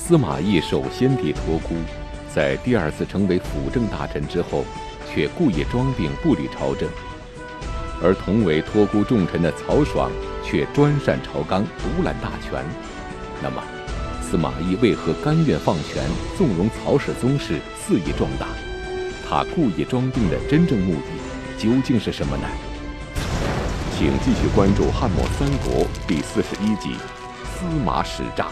司马懿首先帝托孤，在第二次成为辅政大臣之后，却故意装病不理朝政；而同为托孤重臣的曹爽却专擅朝纲，独揽大权。那么，司马懿为何甘愿放权，纵容曹氏宗室肆意壮大？他故意装病的真正目的究竟是什么呢？请继续关注《汉末三国》第41集《司马使诈》。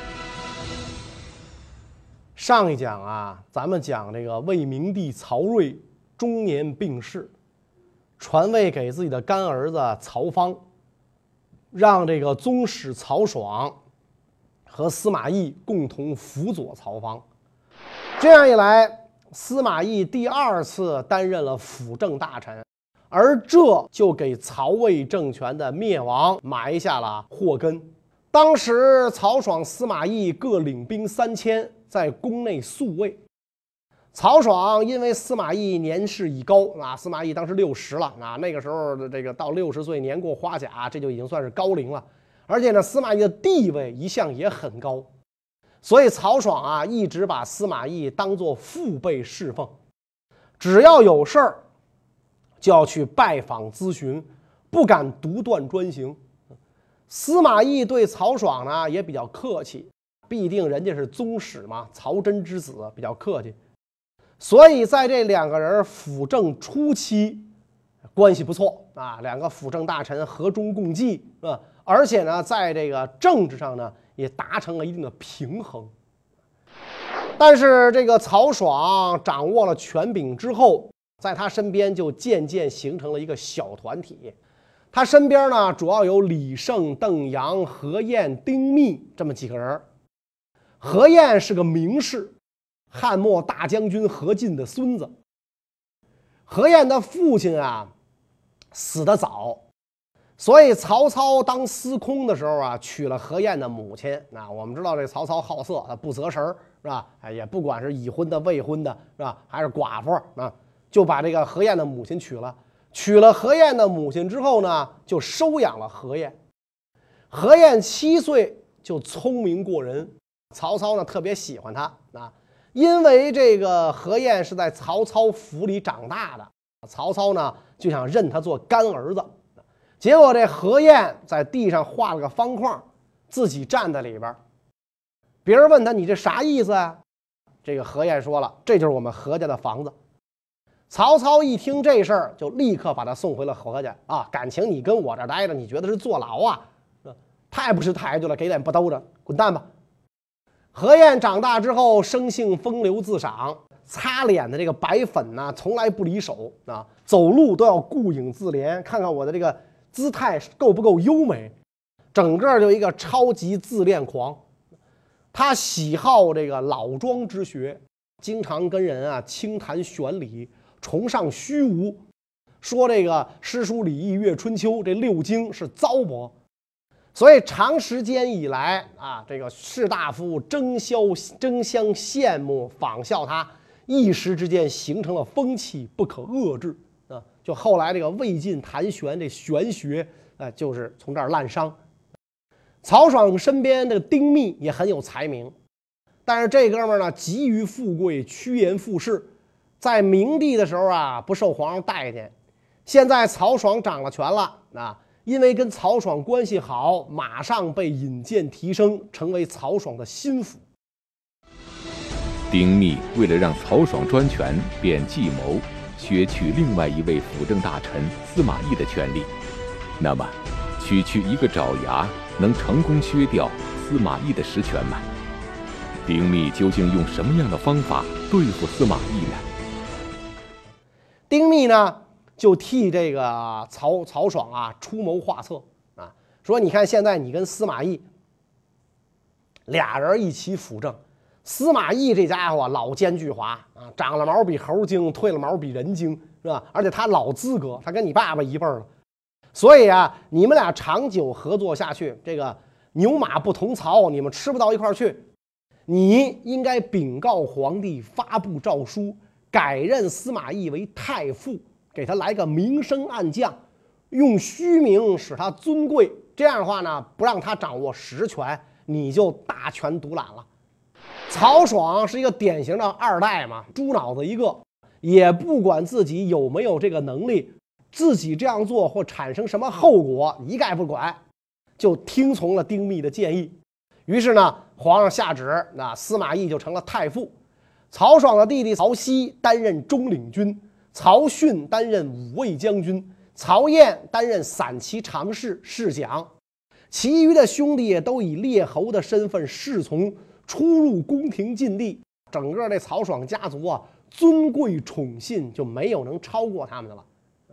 上一讲啊，咱们讲这个魏明帝曹睿中年病逝，传位给自己的干儿子曹芳，让这个宗室曹爽和司马懿共同辅佐曹芳。这样一来，司马懿第二次担任了辅政大臣，而这就给曹魏政权的灭亡埋下了祸根。当时曹爽、司马懿各领兵3000，在宫内宿卫。曹爽因为司马懿年事已高，司马懿当时60了，那个时候的这个到60岁年过花甲，这就已经算是高龄了。而且呢，司马懿的地位一向也很高，所以曹爽啊一直把司马懿当作父辈侍奉，只要有事儿就要去拜访咨询，不敢独断专行。司马懿对曹爽呢也比较客气，必定人家是宗室嘛，曹真之子，比较客气。所以在这两个人辅政初期，关系不错啊，两个辅政大臣和衷共济啊，而且呢，在这个政治上呢也达成了一定的平衡。但是这个曹爽掌握了权柄之后，在他身边就渐渐形成了一个小团体。他身边呢主要有李胜、邓阳、何晏、丁密这么几个人。何晏是个名士，汉末大将军何进的孙子。何晏的父亲啊死得早，所以曹操当司空的时候啊娶了何晏的母亲。我们知道这曹操好色，他不择食是吧？也不管是已婚的、未婚的是吧，还是寡妇啊，就把这个何晏的母亲娶了。娶了何晏的母亲之后呢，就收养了何晏。何晏7岁就聪明过人，曹操呢特别喜欢他因为这个何晏是在曹操府里长大的，曹操呢就想认他做干儿子。结果这何晏在地上画了个方框，自己站在里边。别人问他：“你这啥意思啊？”这个何晏说了：“这就是我们何家的房子。”曹操一听这事儿，就立刻把他送回了何家啊！感情你跟我这待着，你觉得是坐牢啊？太不识抬举了，给脸不兜着，滚蛋吧！何晏长大之后，生性风流自赏，擦脸的这个白粉呢，从来不离手啊，走路都要顾影自怜，看看我的这个姿态够不够优美，整个就一个超级自恋狂。他喜好这个老庄之学，经常跟人啊轻谈玄理，崇尚虚无，说这个诗书礼义乐春秋这6经是糟粕。所以长时间以来啊，这个士大夫争相羡慕仿效他，一时之间形成了风气，不可遏制啊！就后来这个魏晋谈玄这玄学，就是从这儿滥觞。曹爽身边这个丁密也很有才名，但是这哥们儿呢急于富贵，趋炎附势，在明帝的时候啊不受皇上待见。现在曹爽掌了权了因为跟曹爽关系好，马上被引荐提升，成为曹爽的心腹。 丁密为了让曹爽专权，便计谋削去另外一位辅政大臣司马懿的权力。那么，区区一个爪牙，能成功削掉司马懿的实权吗？丁密究竟用什么样的方法对付司马懿呢？ 丁密呢？就替这个曹爽啊出谋划策说你看现在你跟司马懿俩人一起辅政，司马懿这家伙老奸巨猾长了毛比猴精，退了毛比人精，是吧？而且他老资格，他跟你爸爸一辈儿了，所以啊，你们俩长久合作下去，这个牛马不同槽，你们吃不到一块儿去。你应该禀告皇帝，发布诏书，改任司马懿为太傅。给他来个明升暗降，用虚名使他尊贵，这样的话呢，不让他掌握实权，你就大权独揽了。 曹爽是一个典型的二代嘛，猪脑子一个，也不管自己有没有这个能力，自己这样做或产生什么后果一概不管，就听从了丁密的建议。于是呢，皇上下旨，那司马懿就成了太傅，曹爽的弟弟曹熙担任中领军，曹训担任武卫将军，曹燕担任散骑常侍侍讲，其余的兄弟也都以列侯的身份侍从，出入宫廷禁地。整个这曹爽家族啊，尊贵宠信，就没有能超过他们的了。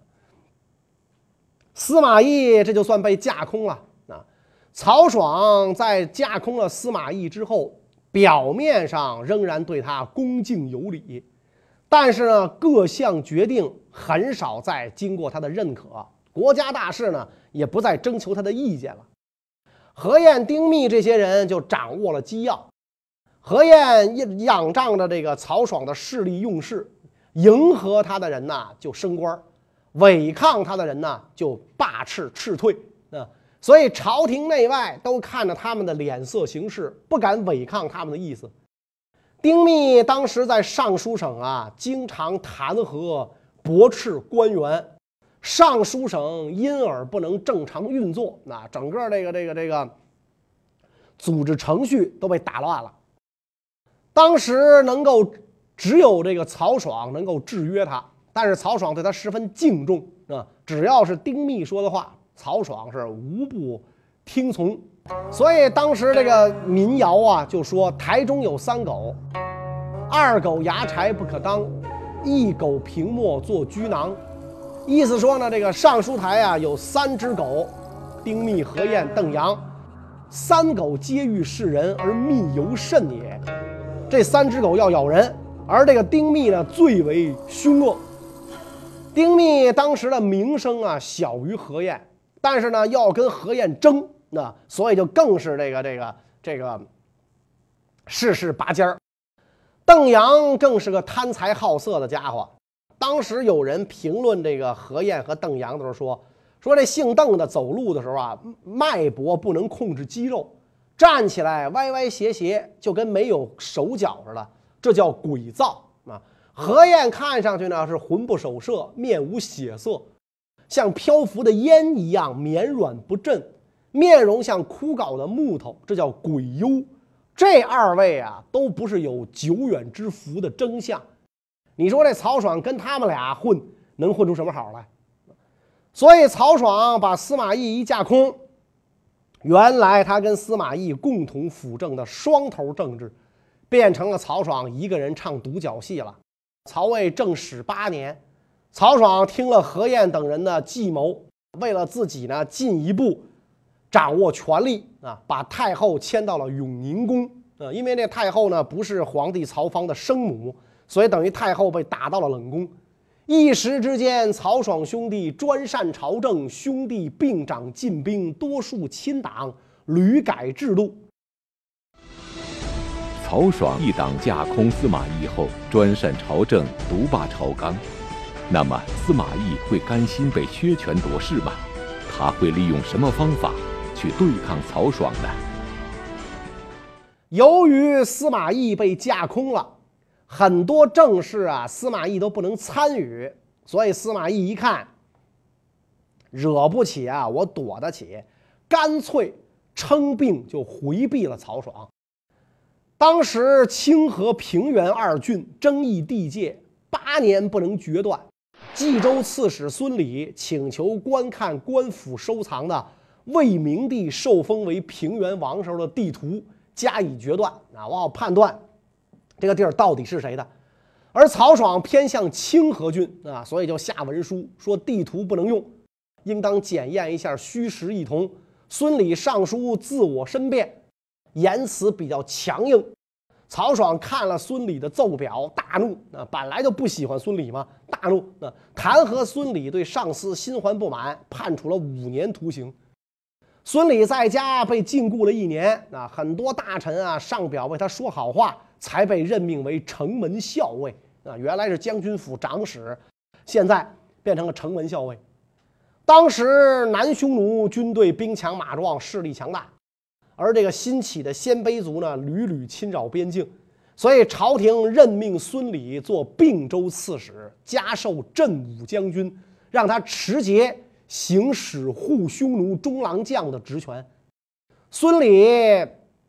司马懿这就算被架空了啊！曹爽在架空了司马懿之后，表面上仍然对他恭敬有礼，但是呢，各项决定很少再经过他的认可，国家大事呢也不再征求他的意见了。何晏、丁密这些人就掌握了机要。何晏仰仗着这个曹爽的势力用事，迎合他的人呢就升官，违抗他的人呢就罢斥斥退啊。所以朝廷内外都看着他们的脸色行事，不敢违抗他们的意思。丁密当时在尚书省啊，经常弹劾驳斥官员，尚书省因而不能正常运作，那整个这个组织程序都被打乱了。当时只有这个曹爽能够制约他，但是曹爽对他十分敬重啊，只要是丁密说的话，曹爽是无不听从。所以当时这个民谣啊就说，台中有3狗，二狗牙柴不可当，一狗平末做居囊。意思说呢，这个尚书台啊有3只狗，丁密、何晏、邓阳，3狗皆欲世人，而密尤甚也。这3只狗要咬人，而这个丁密呢最为凶恶。丁密当时的名声啊小于何晏，但是呢要跟何晏争，那所以就更是这个事事拔尖儿。邓阳更是个贪财好色的家伙。当时有人评论这个何晏和邓阳的时候说这姓邓的走路的时候啊，脉搏不能控制肌肉，站起来歪歪斜斜，就跟没有手脚似的，这叫鬼躁啊。何晏看上去呢是魂不守舍，面无血色，像漂浮的烟一样绵软不振，面容像枯槁的木头，这叫鬼幽。这2位啊都不是有久远之福的真相。你说这曹爽跟他们俩混，能混出什么好来？所以曹爽把司马懿一架空，原来他跟司马懿共同辅政的双头政治，变成了曹爽一个人唱独角戏了。曹魏正始8年，曹爽听了何晏等人的计谋，为了自己呢进一步掌握权力啊，把太后迁到了永宁宫啊，因为这太后呢不是皇帝曹芳的生母，所以等于太后被打到了冷宫。一时之间，曹爽兄弟专擅朝政，兄弟并掌禁兵，多数亲党，屡改制度。 曹爽一党架空司马懿后，专擅朝政，独霸朝纲。那么司马懿会甘心被削权夺势吗？他会利用什么方法去对抗曹爽呢？ 由于司马懿被架空了，很多政事啊，司马懿都不能参与，所以司马懿一看，惹不起啊，我躲得起，干脆称病就回避了曹爽。当时清河、平原2郡争议地界，8年不能决断。冀州刺史孙礼请求观看官府收藏的魏明帝受封为平原王时候的地图，加以决断啊，我好判断这个地儿到底是谁的。而曹爽偏向清河郡啊，所以就下文书说地图不能用，应当检验一下虚实一同。孙礼上书自我申辩，言辞比较强硬。曹爽看了孙礼的奏表，大怒啊！本来就不喜欢孙礼嘛，大怒啊！弹劾孙礼对上司心怀不满，判处了5年徒刑。孙礼在家被禁锢了1年啊，很多大臣啊上表为他说好话，才被任命为城门校尉啊。原来是将军府长史，现在变成了城门校尉。当时南匈奴军队兵强马壮，势力强大。而这个新起的鲜卑族呢，屡屡侵扰边境， 所以朝廷任命孙礼做并州刺史，加授镇武将军，让他持节行使护匈奴中郎将的职权。孙礼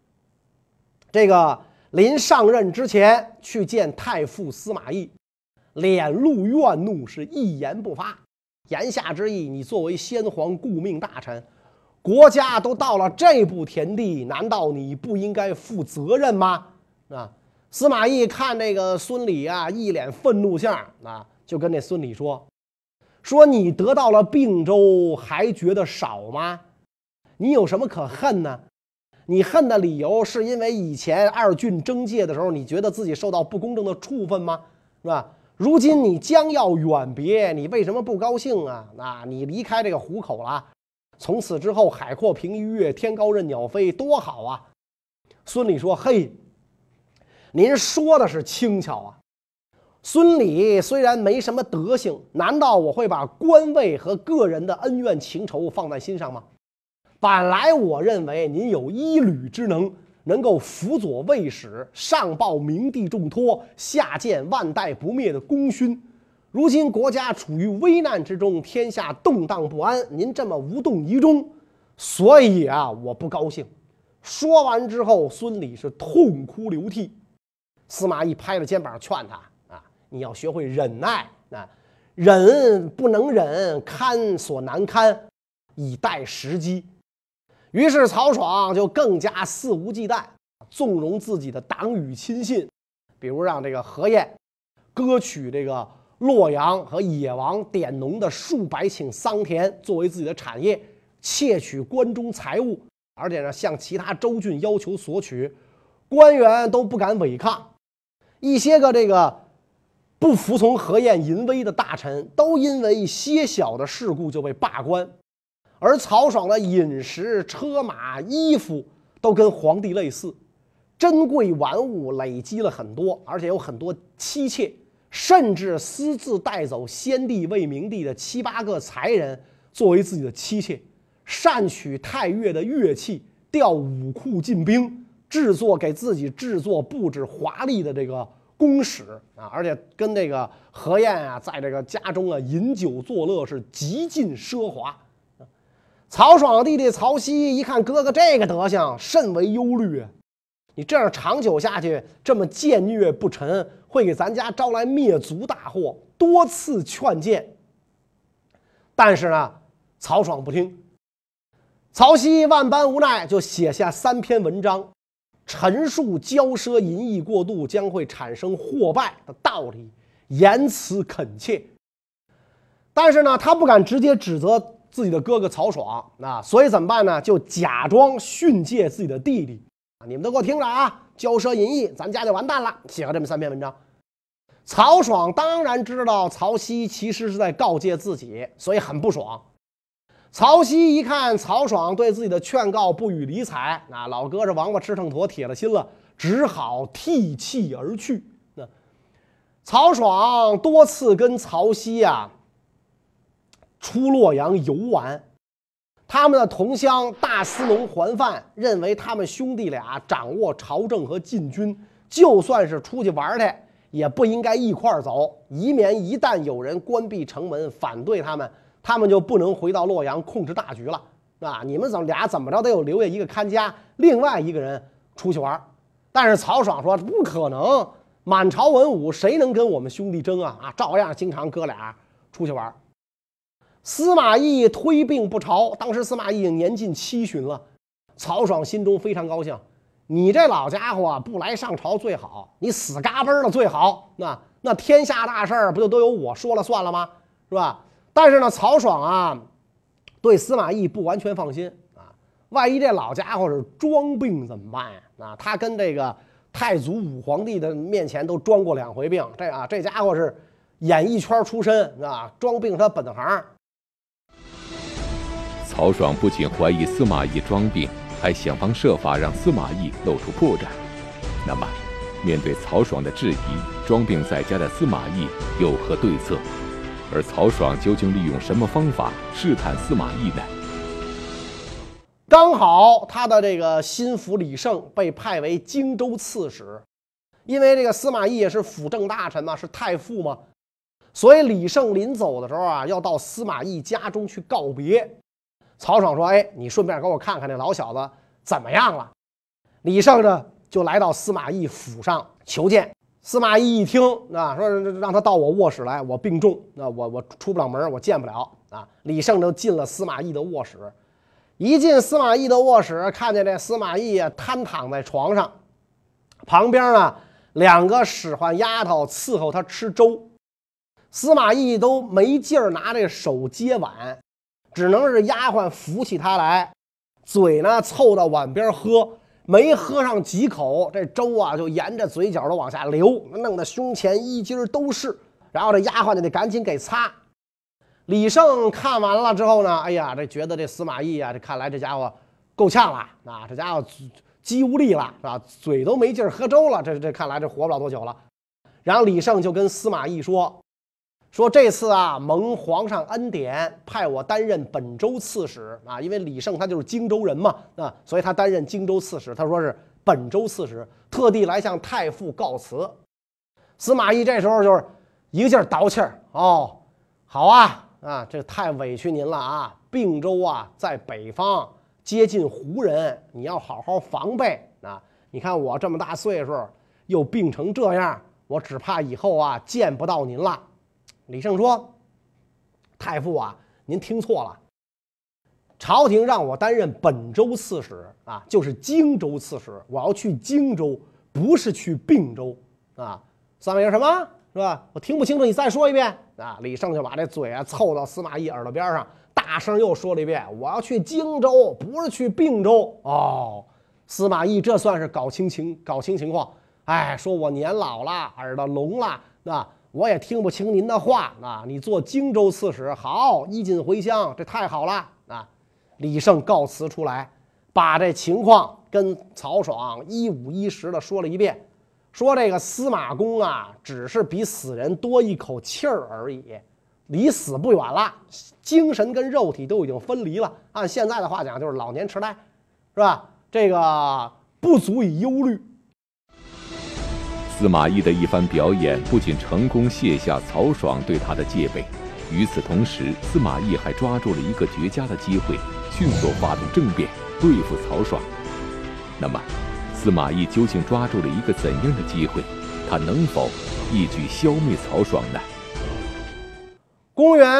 临上任之前去见太傅司马懿，脸露怨怒，是一言不发。言下之意，你作为先皇顾命大臣，国家都到了这步田地，难道你不应该负责任吗？司马懿看这个孙礼啊，一脸愤怒相啊，就跟那孙礼说你得到了并州还觉得少吗？你有什么可恨呢？你恨的理由是因为以前二郡征界的时候，你觉得自己受到不公正的处分吗？是吧？如今你将要远别，你为什么不高兴啊？你离开这个虎口了，从此之后海阔凭鱼跃，天高任鸟飞，多好啊！孙礼说：“嘿，您说的是轻巧啊。孙礼虽然没什么德行，难道我会把官位和个人的恩怨情仇放在心上吗？本来我认为您有一吕之能，能够辅佐卫使，上报明帝重托，下见万代不灭的功勋。如今国家处于危难之中，天下动荡不安，您这么无动于衷，所以我不高兴。”说完之后，孙礼是痛哭流涕。司马懿拍着肩膀劝他你要学会忍耐忍不能忍，堪所难堪，以待时机。于是曹爽就更加肆无忌惮，纵容自己的党羽亲信，比如让这个何晏割取这个洛阳和野王典农的数百顷桑田作为自己的产业，窃取关中财物，而且呢向其他州郡要求索取，官员都不敢违抗。一些个不服从何晏淫威的大臣，都因为些小的事故就被罢官。而曹爽的饮食、车马、衣服都跟皇帝类似，珍贵玩物累积了很多，而且有很多妻妾，甚至私自带走先帝魏明帝的7、8个才人作为自己的妻妾，擅取太岳的乐器，调武库进兵，给自己制作布置华丽的这个宫室而且跟这个何晏在这个家中饮酒作乐，是极尽奢华。曹爽的弟弟曹丕一看哥哥这个德行，甚为忧虑你这样长久下去，这么僭越不臣，会给咱家招来灭族大祸，多次劝谏。但是呢，曹爽不听。曹丕万般无奈，就写下3篇文章，陈述骄奢淫逸过度将会产生祸败的道理，言辞恳切。但是呢，他不敢直接指责自己的哥哥曹爽所以怎么办呢？就假装训诫自己的弟弟你们都给我听着骄奢淫逸，咱家就完蛋了。写了这么3篇文章。曹爽当然知道曹丕其实是在告诫自己，所以很不爽。曹丕一看曹爽对自己的劝告不予理睬，老哥这王八吃秤砣，铁了心了，只好涕泣而去。曹爽多次跟曹丕出洛阳游玩，他们的同乡大司农桓范认为他们兄弟俩掌握朝政和禁军，就算是出去玩去，也不应该一块儿走，以免一旦有人关闭城门反对他们，他们就不能回到洛阳控制大局了你们俩怎么着得有留下一个看家，另外一个人出去玩。但是曹爽说不可能，满朝文武谁能跟我们兄弟争照样经常哥俩出去玩。司马懿推病不朝，当时司马懿已经年近70了，曹爽心中非常高兴，你这老家伙不来上朝最好，你死嘎嘣了最好，那天下大事不就都由我说了算了吗？是吧？但是呢，曹爽对司马懿不完全放心万一这老家伙是装病怎么办他跟这个太祖武皇帝的面前都装过2回病，这家伙是演艺圈出身装病是他本行。 曹爽不仅怀疑司马懿装病，还想方设法让司马懿露出破绽。那么，面对曹爽的质疑，装病在家的司马懿有何对策？而曹爽究竟利用什么方法试探司马懿呢？ 刚好他的这个心腹李胜被派为荆州刺史， 因为这个司马懿也是辅政大臣嘛，是太傅嘛，所以李胜临走的时候啊，要到司马懿家中去告别。曹爽说：“哎，你顺便给我看看那老小子怎么样了。”李胜呢就来到司马懿府上求见。司马懿一听啊，说让他到我卧室来，我病重，我出不了门，我见不了啊。李胜就进了司马懿的卧室，一进司马懿的卧室，看见这司马懿啊瘫躺在床上，旁边呢2个使唤丫头伺候他吃粥。司马懿都没劲儿拿这手接碗，只能是丫鬟扶起他来，嘴呢凑到碗边喝。没喝上几口，这粥啊就沿着嘴角都往下流，弄得胸前衣襟都是。然后这丫鬟就得赶紧给擦。李胜看完了之后呢，哎呀，这觉得这司马懿啊，这看来这家伙够呛了啊，这家伙肌无力了，是吧？嘴都没劲儿喝粥了，这看来这活不了多久了。然后李胜就跟司马懿说这次啊，蒙皇上恩典，派我担任本州刺史啊，因为李胜他就是荆州人嘛，啊，所以他担任荆州刺史。他说是本州刺史，特地来向太傅告辞。司马懿这时候就是一个劲儿倒气儿，哦，好啊，这太委屈您了啊！并州啊，在北方，接近胡人，你要好好防备啊！你看我这么大岁数，又病成这样，我只怕以后啊见不到您了。李胜说：“太傅啊，您听错了，朝廷让我担任本州刺史啊，就是荆州刺史，我要去荆州，不是去并州啊。”司马懿什么是吧？我听不清楚，你再说一遍啊！李胜就把这嘴啊凑到司马懿耳朵边上，大声又说了一遍：“我要去荆州，不是去并州。”哦，司马懿这算是搞清情况。哎，说我年老了，耳朵聋了，我也听不清您的话啊！你做荆州刺史好，衣锦回乡，这太好了啊！李胜告辞出来，把这情况跟曹爽一五一十的说了一遍，说这个司马公啊，只是比死人多一口气儿而已，离死不远了，精神跟肉体都已经分离了。按现在的话讲，就是老年痴呆，是吧？这个不足以忧虑。 司马懿的一番表演不仅成功卸下曹爽对他的戒备，与此同时，司马懿还抓住了一个绝佳的机会，迅速发动政变对付曹爽。那么，司马懿究竟抓住了一个怎样的机会？他能否一举消灭曹爽呢？ 公元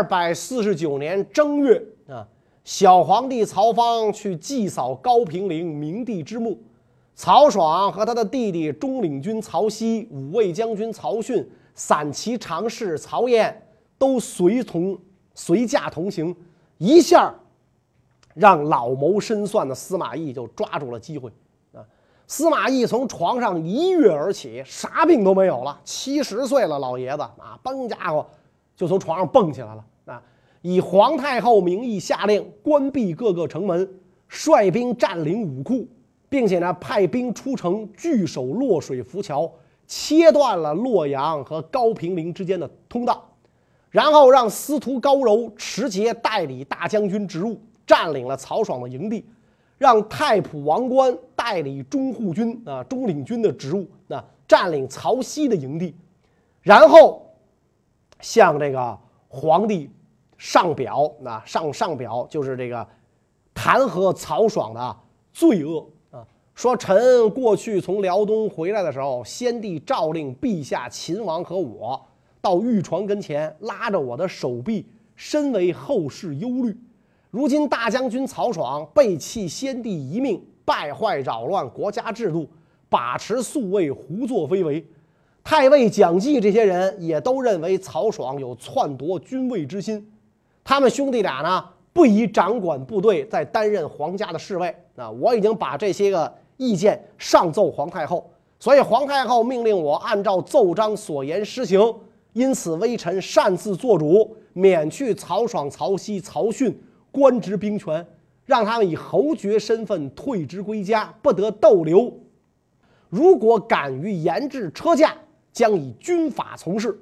249年正月啊，小皇帝曹芳去祭扫高平陵明帝之墓。曹爽和他的弟弟中领军曹熙、武卫将军曹训、散骑常侍曹燕都随驾同行，一下让老谋深算的司马懿就抓住了机会啊！司马懿从床上一跃而起，啥病都没有了，70岁了老爷子啊，崩家伙就从床上蹦起来了啊！以皇太后名义下令关闭各个城门，率兵占领武库。并且呢，派兵出城据守洛水浮桥，切断了洛阳和高平陵之间的通道，然后让司徒高柔持节代理大将军职务，占领了曹爽的营地，让太仆王冠代理中护军中领军的职务，占领曹熙的营地，然后向这个皇帝上表，上表就是这个弹劾曹爽的罪恶。说臣过去从辽东回来的时候，先帝诏令陛下秦王和我到玉床跟前，拉着我的手臂，深为后世忧虑。如今大将军曹爽背弃先帝遗命，败坏扰乱国家制度，把持宿卫，胡作非为。太尉蒋济这些人也都认为曹爽有篡夺君位之心，他们兄弟俩呢不宜掌管部队，再担任皇家的侍卫。我已经把这些个意见上奏皇太后，所以皇太后命令我按照奏章所言施行，因此微臣擅自做主，免去曹爽、曹熙、曹训官职兵权，让他们以侯爵身份退职归家，不得逗留。如果敢于严制车驾，将以军法从事。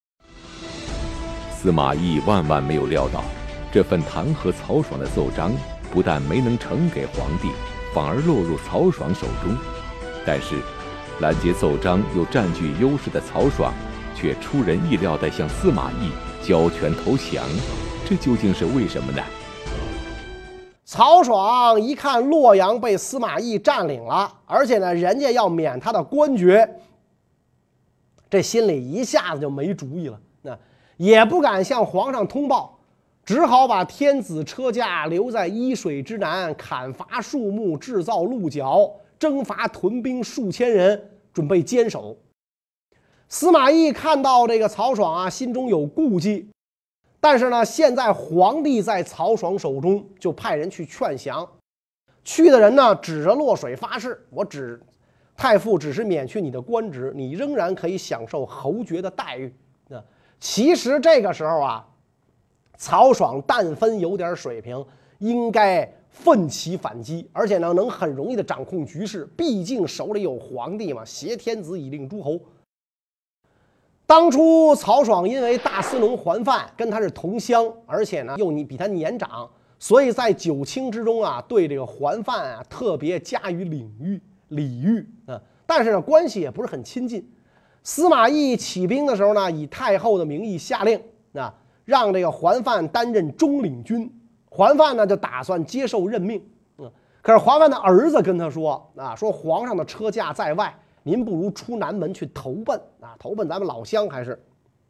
司马懿万万没有料到，这份弹劾曹爽的奏章不但没能呈给皇帝，反而落入曹爽手中。但是拦截奏章又占据优势的曹爽，却出人意料地向司马懿交权投降，这究竟是为什么呢？ 曹爽一看洛阳被司马懿占领了，而且呢，人家要免他的官爵，这心里一下子就没主意了，那也不敢向皇上通报，只好把天子车驾留在伊水之南，砍伐树木，制造鹿角，征伐屯兵数千人，准备坚守。司马懿看到这个曹爽啊，心中有顾忌。但是呢，现在皇帝在曹爽手中，就派人去劝降。去的人呢，指着洛水发誓：太傅只是免去你的官职，你仍然可以享受侯爵的待遇。其实这个时候啊，曹爽但分有点水平，应该奋起反击，而且呢，能很容易的掌控局势。毕竟手里有皇帝嘛，挟天子以令诸侯。当初曹爽因为大司农桓范跟他是同乡，而且呢又比他年长，所以在九卿之中啊，对这个桓范啊特别加于礼遇啊。但是呢，关系也不是很亲近。司马懿起兵的时候呢，以太后的名义下令啊，让这个桓范担任中领军。桓范呢就打算接受任命，可是桓范的儿子跟他说啊，说皇上的车驾在外。您不如出南门去投奔啊，投奔咱们老乡还是。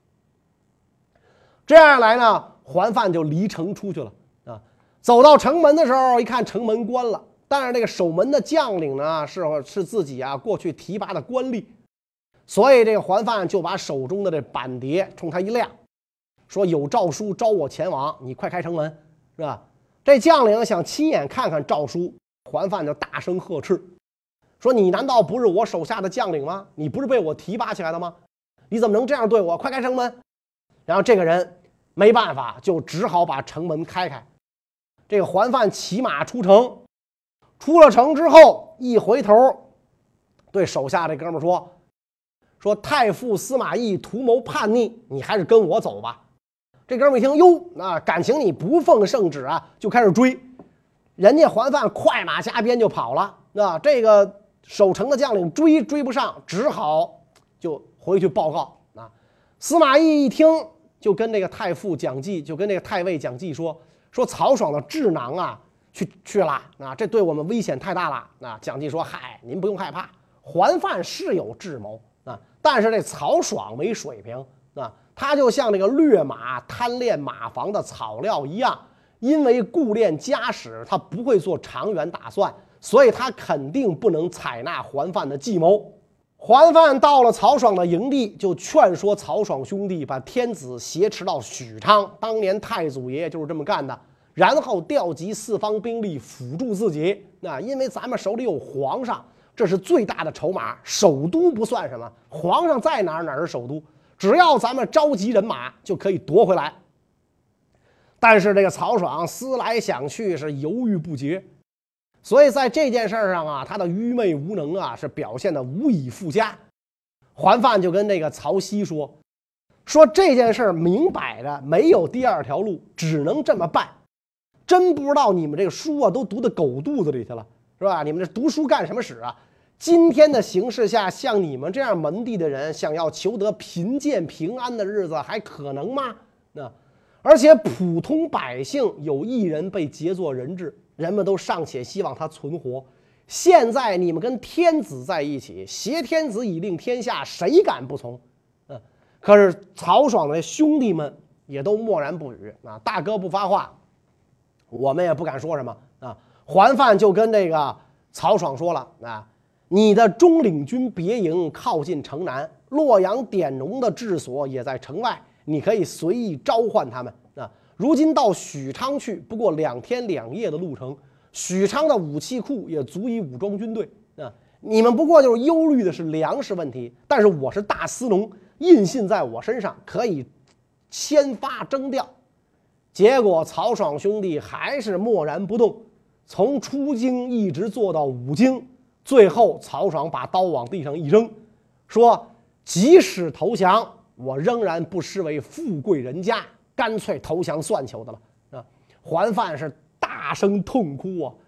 这样来呢，桓范就离城出去了啊。走到城门的时候，一看城门关了，但是这个守门的将领呢是自己啊过去提拔的官吏，所以这个桓范就把手中的这板碟冲他一亮，说有诏书召我前往，你快开城门，是吧？这将领想亲眼看看诏书，桓范就大声呵斥。说你难道不是我手下的将领吗？你不是被我提拔起来的吗？你怎么能这样对我？快开城门！然后这个人没办法，就只好把城门开开。这个桓范骑马出城，出了城之后一回头，对手下这哥们说太傅司马懿图谋叛逆，你还是跟我走吧。这哥们一听，哟，感情你不奉圣旨啊，就开始追。人家桓范快马加鞭就跑了，这个守城的将领追不上，只好就回去报告啊。司马懿一听，就跟这个太傅蒋济，就跟这个太尉蒋济说曹爽的智囊啊去了啊，这对我们危险太大了啊。蒋济说：“嗨，您不用害怕，桓范是有智谋啊，但是这曹爽没水平啊，他就像这个掠马贪恋马房的草料一样，因为顾恋家史，他不会做长远打算。”所以他肯定不能采纳桓范的计谋。桓范到了曹爽的营地，就劝说曹爽兄弟把天子挟持到许昌，当年太祖爷爷就是这么干的，然后调集四方兵力辅助自己。因为咱们手里有皇上，这是最大的筹码，首都不算什么，皇上在哪儿是首都，只要咱们召集人马就可以夺回来。但是这个曹爽思来想去是犹豫不决。所以在这件事上啊，他的愚昧无能啊，是表现的无以复加。桓范就跟那个曹丕说这件事明摆着没有第二条路，只能这么办。真不知道你们这个书啊都读到狗肚子里去了，是吧？你们这读书干什么使啊？今天的形势下，像你们这样门第的人，想要求得贫贱平安的日子，还可能吗？而且普通百姓有一人被劫作人质，人们都尚且希望他存活。现在你们跟天子在一起，挟天子以令天下，谁敢不从？可是曹爽的兄弟们也都默然不语啊，大哥不发话，我们也不敢说什么啊。桓范就跟这个曹爽说了啊，你的中领军别营靠近城南，洛阳典农的治所也在城外，你可以随意召唤他们啊。如今到许昌去，不过2天2夜的路程，许昌的武器库也足以武装军队啊。你们不过就是忧虑的是粮食问题，但是我是大司农，印信在我身上，可以先发征调。结果曹爽兄弟还是默然不动，从出京一直做到5京，最后曹爽把刀往地上一扔，说即使投降，我仍然不失为富贵人家，干脆投降算球的了啊！桓范是大声痛哭啊，说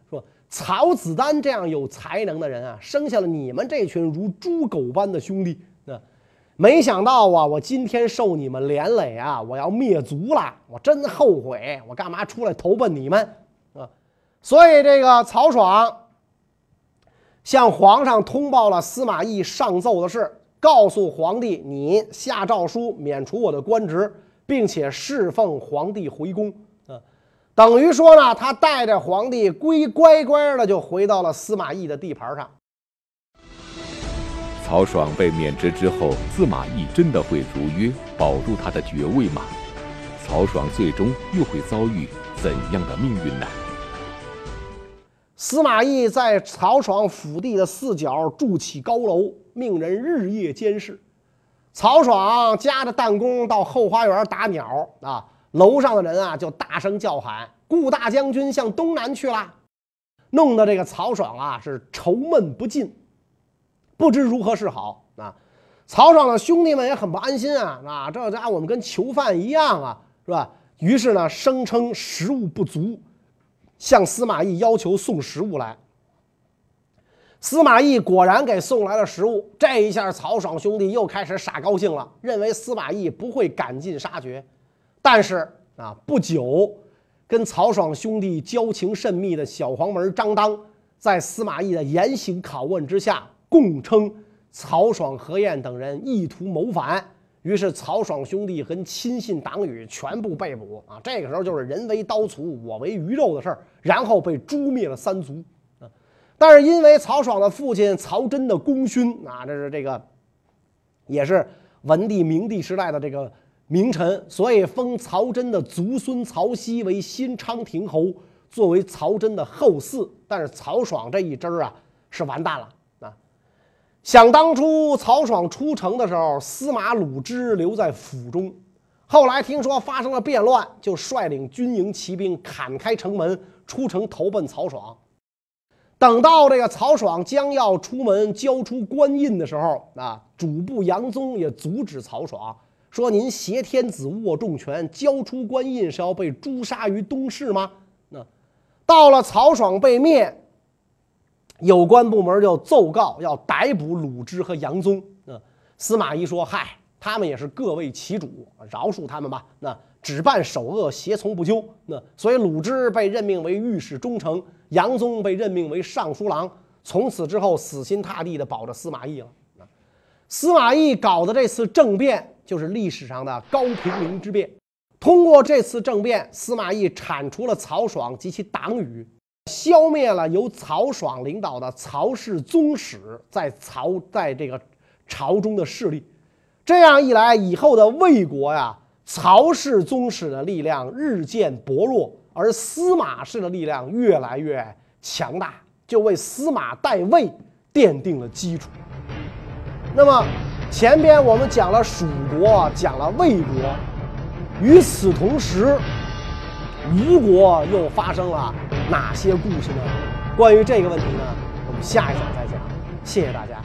曹子丹这样有才能的人啊，生下了你们这群如猪狗般的兄弟。没想到啊，我今天受你们连累啊，我要灭族了，我真后悔，我干嘛出来投奔你们啊？所以这个曹爽向皇上通报了司马懿上奏的事，告诉皇帝你下诏书免除我的官职，并且侍奉皇帝回宫。等于说呢，他带着皇帝乖乖的就回到了司马懿的地盘上。 曹爽被免职之后，司马懿真的会如约保住他的爵位吗？曹爽最终又会遭遇怎样的命运呢？ 司马懿在曹爽府邸的4角筑起高楼，命人日夜监视。曹爽夹着弹弓到后花园打鸟啊，楼上的人啊就大声叫喊：“顾大将军向东南去了！”弄得这个曹爽啊是愁闷不尽，不知如何是好啊。曹爽的兄弟们也很不安心啊，这家我们跟囚犯一样啊，是吧？于是呢，声称食物不足，向司马懿要求送食物来。司马懿果然给送来了食物，这一下曹爽兄弟又开始傻高兴了，认为司马懿不会赶尽杀绝。但是啊，不久，跟曹爽兄弟交情甚密的小黄门张当，在司马懿的严刑拷问之下，供称曹爽、何晏等人意图谋反。于是曹爽兄弟和亲信党羽全部被捕啊！这个时候就是人为刀俎，我为鱼肉的事儿，然后被诛灭了3族啊！但是因为曹爽的父亲曹真的功勋啊，这是这个也是文帝、明帝时代的这个名臣，所以封曹真的族孙曹熙为新昌亭侯，作为曹真的后嗣。但是曹爽这一支啊是完蛋了。想当初曹爽出城的时候，司马鲁之留在府中，后来听说发生了变乱，就率领军营骑兵砍开城门，出城投奔曹爽。等到这个曹爽将要出门交出官印的时候啊，主簿杨宗也阻止曹爽，说：“您挟天子握重权，交出官印是要被诛杀于东市吗？”到了曹爽被灭，有关部门就奏告要逮捕鲁之和杨宗。司马懿说：“嗨，他们也是各为其主，饶恕他们吧。只办首恶，胁从不究。所以鲁之被任命为御史中丞，杨宗被任命为尚书郎。从此之后，死心塌地的保着司马懿了。司马懿搞的这次政变，就是历史上的高平陵之变。通过这次政变，司马懿铲除了曹爽及其党羽，消灭了由曹爽领导的曹氏宗室在这个朝中的势力。这样一来，以后的魏国呀，曹氏宗室的力量日渐薄弱，而司马氏的力量越来越强大，就为司马代魏奠定了基础。那么前边我们讲了蜀国，讲了魏国，与此同时，吴国又发生了哪些故事呢？关于这个问题呢，我们下一讲再讲。谢谢大家。